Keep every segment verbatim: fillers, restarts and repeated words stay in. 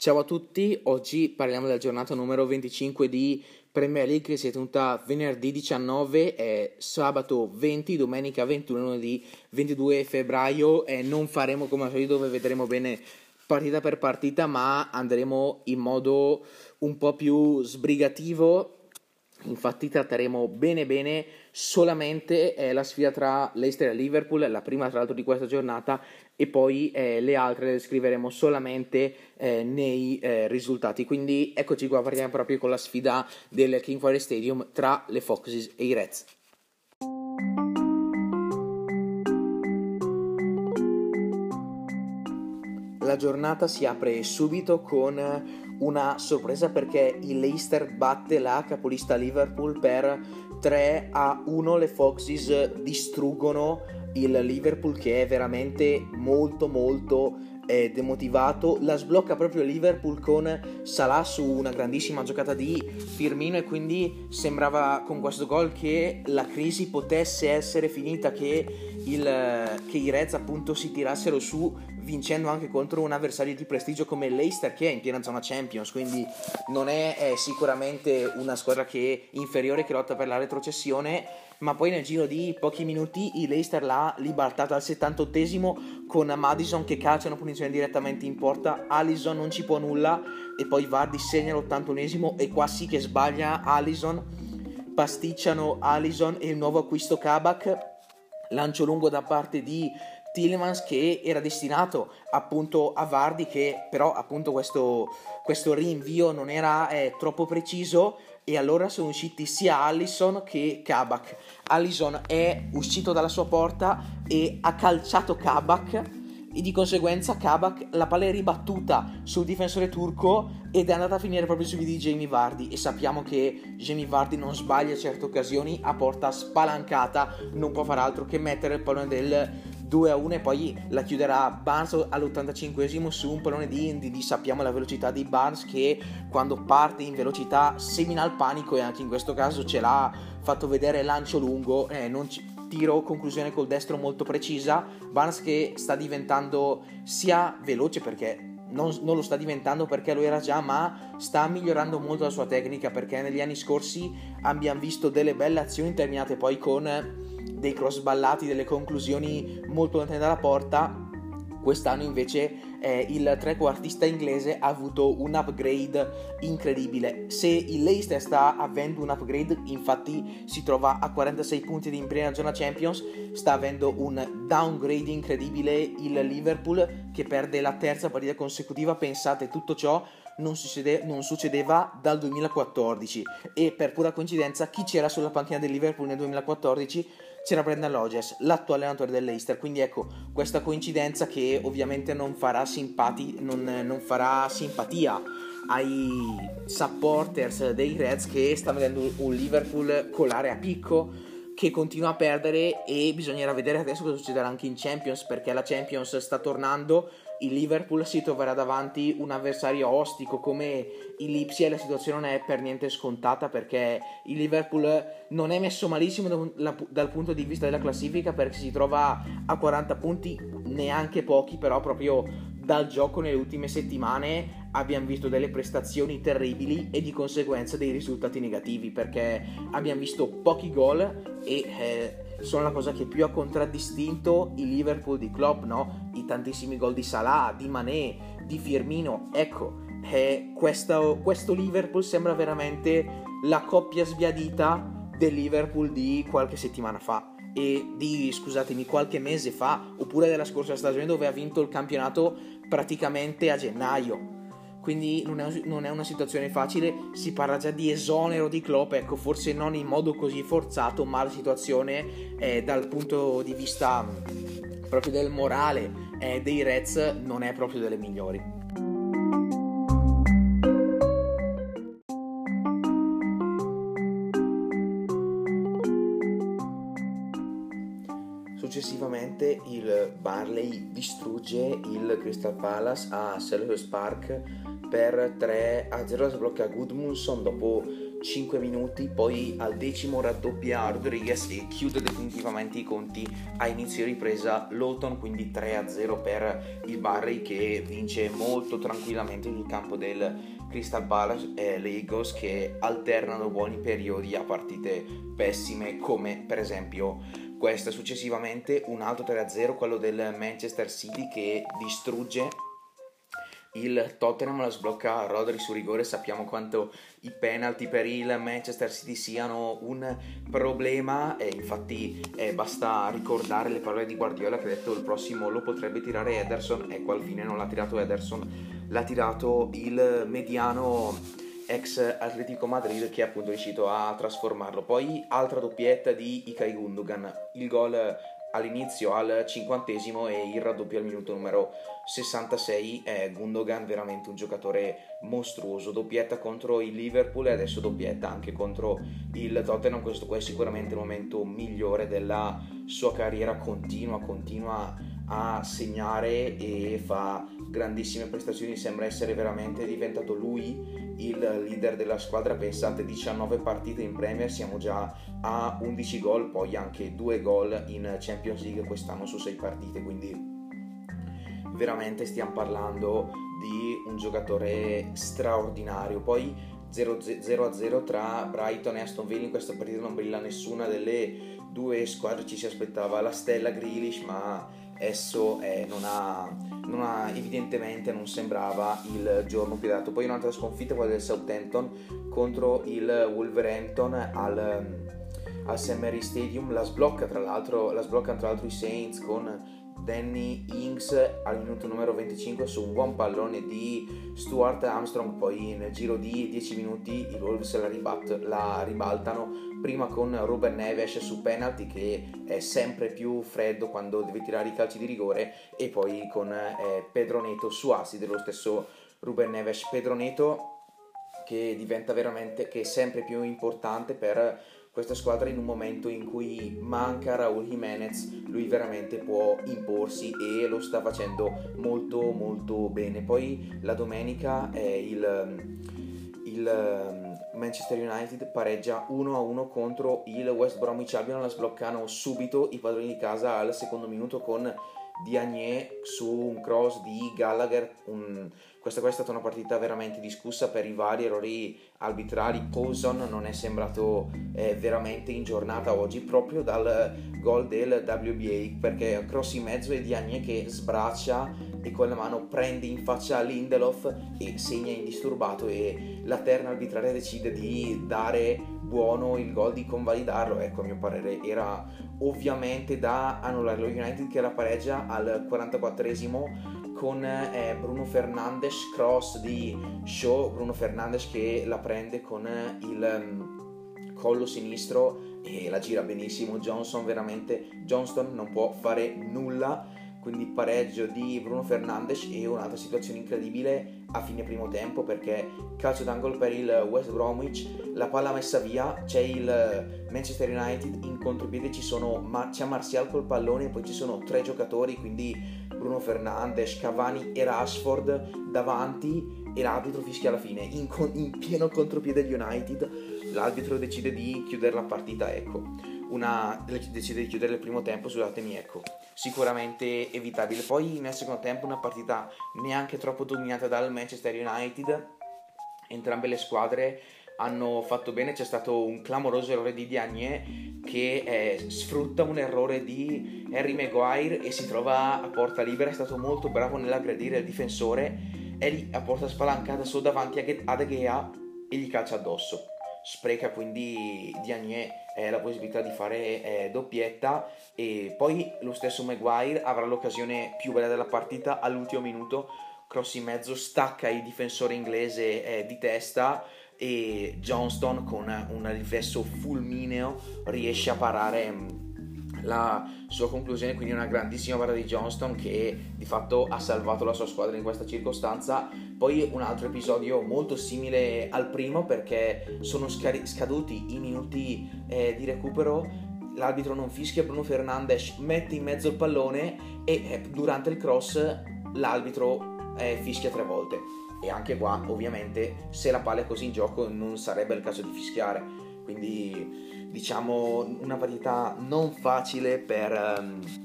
Ciao a tutti, oggi parliamo della giornata numero venticinque di Premier League che si è tenuta venerdì diciannove, e sabato venti, domenica ventuno, lunedì ventidue febbraio, e non faremo come al solito dove vedremo bene partita per partita, ma andremo in modo un po' più sbrigativo. Infatti tratteremo bene bene solamente eh, la sfida tra Leicester e Liverpool, la prima tra l'altro di questa giornata, e poi eh, le altre le scriveremo solamente eh, nei eh, risultati. Quindi eccoci qua, partiamo proprio con la sfida del King Power Stadium tra le Foxes e i Reds. La giornata si apre subito con una sorpresa perché il Leicester batte la capolista Liverpool per tre a uno. Le Foxes distruggono il Liverpool, che è veramente molto molto eh, demotivato. La sblocca proprio Liverpool con Salah su una grandissima giocata di Firmino, e quindi sembrava con questo gol che la crisi potesse essere finita, che, il, che i Reds appunto si tirassero su vincendo anche contro un avversario di prestigio come il Leicester, che è in piena zona Champions, quindi non è, è sicuramente una squadra che è inferiore, che lotta per la retrocessione. Ma poi nel giro di pochi minuti il Leicester l'ha libartata al settantottesimo con Maddison che calcia una punizione direttamente in porta. Alisson non ci può nulla e poi Vardy segna l'ottantunesimo, e qua sì che sbaglia Alisson, pasticciano Alisson e il nuovo acquisto Kabak. Lancio lungo da parte di Tielemans che era destinato appunto a Vardy, che però appunto questo, questo rinvio non era eh, troppo preciso, e allora sono usciti sia Alisson che Kabak. Alisson è uscito dalla sua porta e ha calciato Kabak, e di conseguenza Kabak, la palla è ribattuta sul difensore turco ed è andata a finire proprio sui piedi di Jamie Vardy, e sappiamo che Jamie Vardy non sbaglia certe occasioni, a porta spalancata non può far altro che mettere il pallone del due a uno, e poi la chiuderà Barnes all'ottantacinquesimo su un pallone di Indy. Sappiamo la velocità di Barnes, che quando parte in velocità semina il panico, e anche in questo caso ce l'ha fatto vedere. Lancio lungo, eh, non ci, tiro, conclusione col destro molto precisa. Barnes che sta diventando sia veloce, perché non, non lo sta diventando perché lo era già, ma sta migliorando molto la sua tecnica, perché negli anni scorsi abbiamo visto delle belle azioni terminate poi con dei cross ballati, delle conclusioni molto lontane dalla porta. Quest'anno invece eh, il trequartista inglese ha avuto un upgrade incredibile. Se il Leicester sta avendo un upgrade, infatti si trova a quarantasei punti di in prima zona Champions, sta avendo un downgrade incredibile il Liverpool, che perde la terza partita consecutiva. Pensate, tutto ciò non, succede, non succedeva dal duemilaquattordici, e per pura coincidenza chi c'era sulla panchina del Liverpool nel duemilaquattordici? C'era Brendan Rodgers, l'attuale allenatore del Leicester. Quindi ecco, questa coincidenza che ovviamente non farà, simpati, non, non farà simpatia ai supporters dei Reds, che sta vedendo un Liverpool colare a picco, che continua a perdere, e bisognerà vedere adesso cosa succederà anche in Champions, perché la Champions sta tornando. Il Liverpool si troverà davanti un avversario ostico come il Lipsia, e la situazione non è per niente scontata, perché il Liverpool non è messo malissimo dal punto di vista della classifica, perché si trova a quaranta punti, neanche pochi, però proprio dal gioco nelle ultime settimane abbiamo visto delle prestazioni terribili e di conseguenza dei risultati negativi, perché abbiamo visto pochi gol, e eh, sono la cosa che più ha contraddistinto il Liverpool di Klopp, no? I tantissimi gol di Salah, di Mané, di Firmino. Ecco, eh, questo, questo Liverpool sembra veramente la coppia sbiadita del Liverpool di qualche settimana fa, e di, scusatemi, qualche mese fa, oppure della scorsa stagione, dove ha vinto il campionato praticamente a gennaio. Quindi non è, non è una situazione facile. Si parla già di esonero di Klopp, ecco, forse non in modo così forzato, ma la situazione eh, dal punto di vista proprio del morale eh, dei Reds non è proprio delle migliori. Successivamente successivamente il Burnley distrugge il Crystal Palace a Selhurst Park per tre a zero. La sblocca Gudmundsson dopo cinque minuti, poi al decimo raddoppia Rodriguez e chiude definitivamente i conti a inizio ripresa Lawton, quindi tre a zero per il Burnley, che vince molto tranquillamente sul campo del Crystal Palace e le Eagles, che alternano buoni periodi a partite pessime come per esempio questa. Successivamente un altro tre a zero, quello del Manchester City, che distrugge il Tottenham, la sblocca Rodri su rigore. Sappiamo quanto i penalty per il Manchester City siano un problema e infatti eh, basta ricordare le parole di Guardiola, che ha detto il prossimo lo potrebbe tirare Ederson. Ecco, al fine non l'ha tirato Ederson, l'ha tirato il mediano ex Atletico Madrid, che è appunto riuscito a trasformarlo. Poi altra doppietta di Ilkay Gundogan, il gol all'inizio al cinquantesimo e il raddoppio al minuto numero sessantasei. È Gundogan veramente un giocatore mostruoso, doppietta contro il Liverpool e adesso doppietta anche contro il Tottenham. Questo qua è sicuramente il momento migliore della sua carriera, continua continua a segnare e fa grandissime prestazioni, sembra essere veramente diventato lui il leader della squadra. Pensate, diciannove partite in Premier, siamo già a undici gol, poi anche due gol in Champions League quest'anno su sei partite, quindi veramente stiamo parlando di un giocatore straordinario. Poi zero a zero tra Brighton e Aston Villa. In questa partita non brilla nessuna delle due squadre, ci si aspettava la stella Grealish, ma esso eh, non, ha, non ha evidentemente non sembrava il giorno più adatto. Poi un'altra sconfitta, quella del Southampton contro il Wolverhampton al, al Saint Mary Stadium. La sblocca tra l'altro la sblocca tra l'altro i Saints con Danny Ings al minuto numero venticinque su un buon pallone di Stuart Armstrong. Poi nel giro di dieci minuti i Wolves la, ribat- la ribaltano, prima con Ruben Neves su penalty, che è sempre più freddo quando deve tirare i calci di rigore, e poi con eh, Pedro Neto su assi dello stesso Ruben Neves. Pedro Neto che diventa veramente, che è sempre più importante per questa squadra in un momento in cui manca Raúl Jiménez. Lui veramente può imporsi e lo sta facendo molto molto bene. Poi la domenica è il, il Manchester United pareggia uno a uno contro il West Bromwich Albion. La sbloccano subito i padroni di casa al secondo minuto con Diagne su un cross di Gallagher. Un, questa, questa è stata una partita veramente discussa per i vari errori arbitrali. Paulson non è sembrato eh, veramente in giornata oggi, proprio dal gol del W B A, perché cross in mezzo e Diagne che sbraccia e con la mano prende in faccia Lindelof e segna indisturbato, e la terna arbitraria decide di dare buono il gol, di convalidarlo. Ecco, a mio parere era ovviamente da annullare. Lo United che la pareggia al quarantaquattresimo con eh, Bruno Fernandes, cross di Shaw, Bruno Fernandes che la prende con il um, collo sinistro e la gira benissimo. Johnson veramente Johnston non può fare nulla, quindi pareggio di Bruno Fernandes. E un'altra situazione incredibile a fine primo tempo, perché calcio d'angolo per il West Bromwich, la palla messa via, c'è il Manchester United in contropiede, ci sono Ma- c'è Martial col pallone, poi ci sono tre giocatori, quindi Bruno Fernandes, Cavani e Rashford davanti, e l'arbitro fischia alla fine in, con- in pieno contropiede del United. L'arbitro decide di chiudere la partita, ecco una decide di chiudere il primo tempo, scusatemi, ecco sicuramente evitabile. Poi nel secondo tempo una partita neanche troppo dominata dal Manchester United, entrambe le squadre hanno fatto bene. C'è stato un clamoroso errore di Diagne che eh, sfrutta un errore di Harry Maguire e si trova a porta libera. È stato molto bravo nell'aggredire il difensore, è lì a porta spalancata solo davanti a De Gea e gli calcia addosso. Spreca quindi Diagne eh, la possibilità di fare eh, doppietta, e poi lo stesso Maguire avrà l'occasione più bella della partita all'ultimo minuto, cross in mezzo, stacca il difensore inglese eh, di testa, e Johnston con un riflesso fulmineo riesce a parare mh, la sua conclusione. Quindi una grandissima parata di Johnston che di fatto ha salvato la sua squadra in questa circostanza. Poi un altro episodio molto simile al primo, perché sono scari- scaduti i minuti eh, di recupero. l'arbitro non fischia, Bruno Fernandes mette in mezzo il pallone e eh, durante il cross l'arbitro eh, fischia tre volte. E anche qua ovviamente se la palla è così in gioco non sarebbe il caso di fischiare, quindi diciamo una partita non facile per,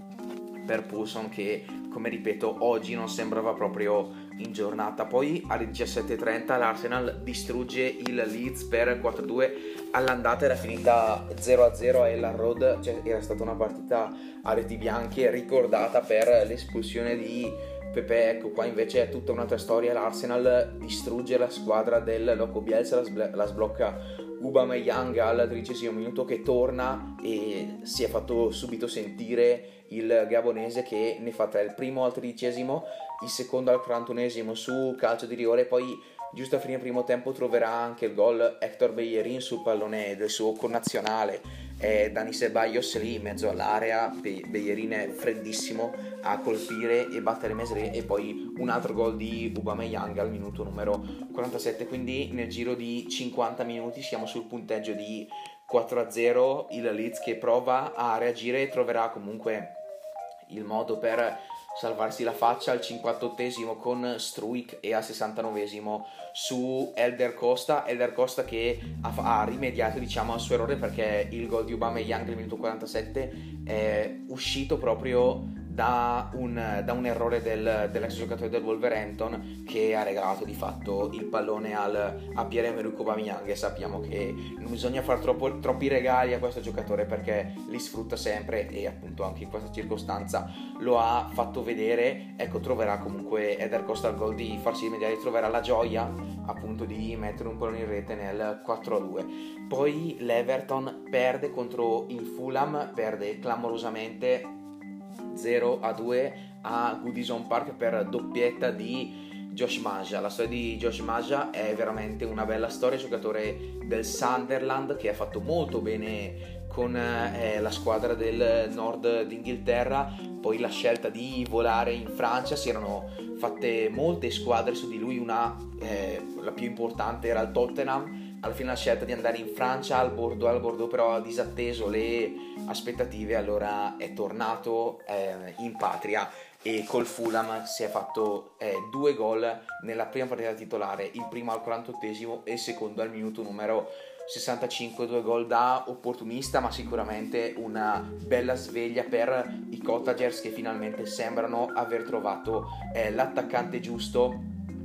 um, per Poulsen, che come ripeto oggi non sembrava proprio in giornata. Poi alle diciassette e trenta l'Arsenal distrugge il Leeds per quattro a due, all'andata era finita zero a zero a Elland Road, cioè era stata una partita a reti bianche ricordata per l'espulsione di Pepe. Ecco qua invece è tutta un'altra storia, l'Arsenal distrugge la squadra del Loco Bielsa, la, sbl- la sblocca Aubameyang al tredicesimo minuto, che torna e si è fatto subito sentire il gabonese, che ne fa tre, il primo al tredicesimo, il secondo al quarantunesimo su calcio di rigore. Poi giusto a fine primo tempo troverà anche il gol Hector Bellerin sul pallone del suo connazionale eh, Dani Ceballos lì in mezzo all'area. Be- Bellerin è freddissimo a colpire e battere Mesre, e poi un altro gol di Aubameyang al minuto numero quarantasette. Quindi nel giro di cinquanta minuti siamo sul punteggio di quattro a zero. Il Leeds che prova a reagire e troverà comunque il modo per salvarsi la faccia al cinquantottesimo con Struijk e al sessantanovesimo su Elder Costa Elder Costa che ha, ha rimediato diciamo al suo errore, perché il gol di Aubameyang nel minuto quarantasette è uscito proprio da un, da un errore del, dell'ex giocatore del Wolverhampton, che ha regalato di fatto il pallone al, a Pierre-Emerick Aubameyang, e sappiamo che non bisogna fare troppo, troppi regali a questo giocatore perché li sfrutta sempre, e appunto anche in questa circostanza lo ha fatto vedere. Ecco, troverà comunque Eder Costa al gol di farsi rimediare, troverà la gioia appunto di mettere un pallone in rete nel quattro a due. Poi l'Everton perde contro il Fulham, perde clamorosamente zero a due a Goodison Park per doppietta di Josh Maja. La storia di Josh Maja è veramente una bella storia, giocatore del Sunderland che ha fatto molto bene con eh, la squadra del nord d'Inghilterra. Poi la scelta di volare in Francia, si erano fatte molte squadre su di lui, una eh, la più importante era il Tottenham. Alla fine la scelta di andare in Francia al Bordeaux, al Bordeaux però ha disatteso le aspettative, allora è tornato eh, in patria e col Fulham si è fatto eh, due gol nella prima partita titolare, il primo al quarantottesimo e il secondo al minuto numero sessantacinque. Due gol da opportunista, ma sicuramente una bella sveglia per i Cottagers, che finalmente sembrano aver trovato eh, l'attaccante giusto,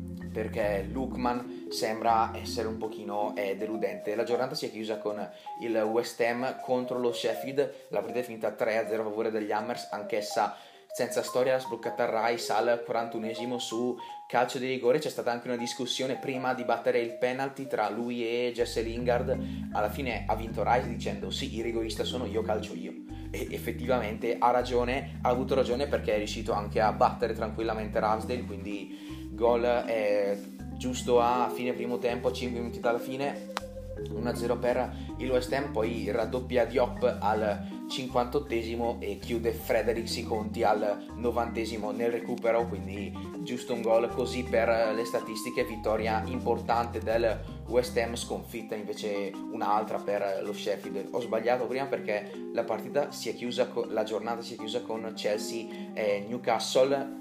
perché Lookman sembra essere un pochino eh, deludente. La giornata si è chiusa con il West Ham contro lo Sheffield, la partita è finita tre a zero a favore degli Hammers, anch'essa senza storia, la sbloccata Rice al quarantunesimo su calcio di rigore. C'è stata anche una discussione prima di battere il penalty tra lui e Jesse Lingard, alla fine ha vinto Rice dicendo sì, il rigorista sono io, calcio io, e effettivamente ha ragione, ha avuto ragione, perché è riuscito anche a battere tranquillamente Ramsdale, quindi gol è giusto a fine primo tempo, cinque minuti dalla fine, uno a zero per il West Ham. Poi raddoppia Diop al cinquantottesimo e chiude Fredericks i conti al novantesimo nel recupero, quindi giusto un gol così per le statistiche. Vittoria importante del West Ham, sconfitta invece un'altra per lo Sheffield. Ho sbagliato prima perché la partita si è chiusa con, la giornata si è chiusa con Chelsea e Newcastle.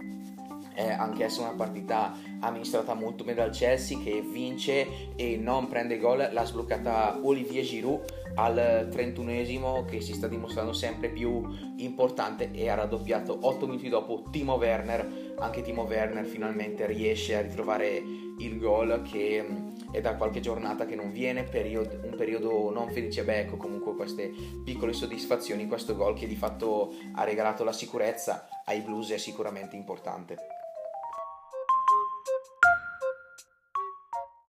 È anch'essa una partita amministrata molto bene dal Chelsea, che vince e non prende gol. L'ha sbloccata Olivier Giroud al trentunesimo, che si sta dimostrando sempre più importante, e ha raddoppiato otto minuti dopo Timo Werner. Anche Timo Werner finalmente riesce a ritrovare il gol, che è da qualche giornata che non viene, periodo, un periodo non felice. Beh, ecco, comunque queste piccole soddisfazioni, questo gol che di fatto ha regalato la sicurezza ai Blues è sicuramente importante.